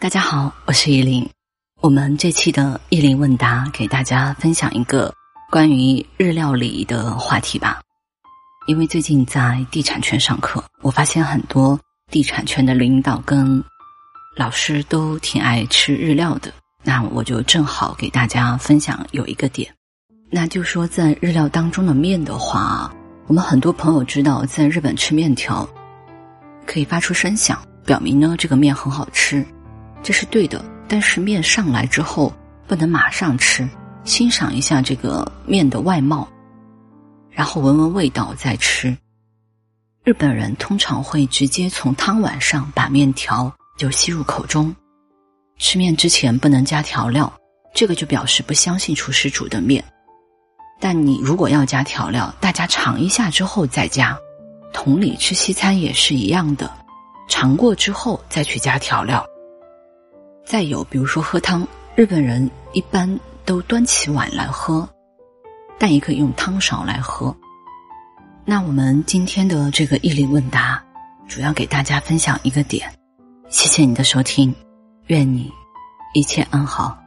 大家好，我是依林。我们这期的依林问答给大家分享一个关于日料理的话题吧。因为最近在地产圈上课，我发现很多地产圈的领导跟老师都挺爱吃日料的，那我就正好给大家分享有一个点，那就说在日料当中的面的话，我们很多朋友知道在日本吃面条可以发出声响，表明呢这个面很好吃，这是对的。但是面上来之后不能马上吃，欣赏一下这个面的外貌，然后闻闻味道再吃。日本人通常会直接从汤碗上把面条就吸入口中，吃面之前不能加调料，这个就表示不相信厨师煮的面。但你如果要加调料，大家尝一下之后再加，同理吃西餐也是一样的，尝过之后再去加调料。再有比如说喝汤，日本人一般都端起碗来喝，但也可以用汤勺来喝。那我们今天的这个依林问答主要给大家分享一个点，谢谢你的收听，愿你一切安好。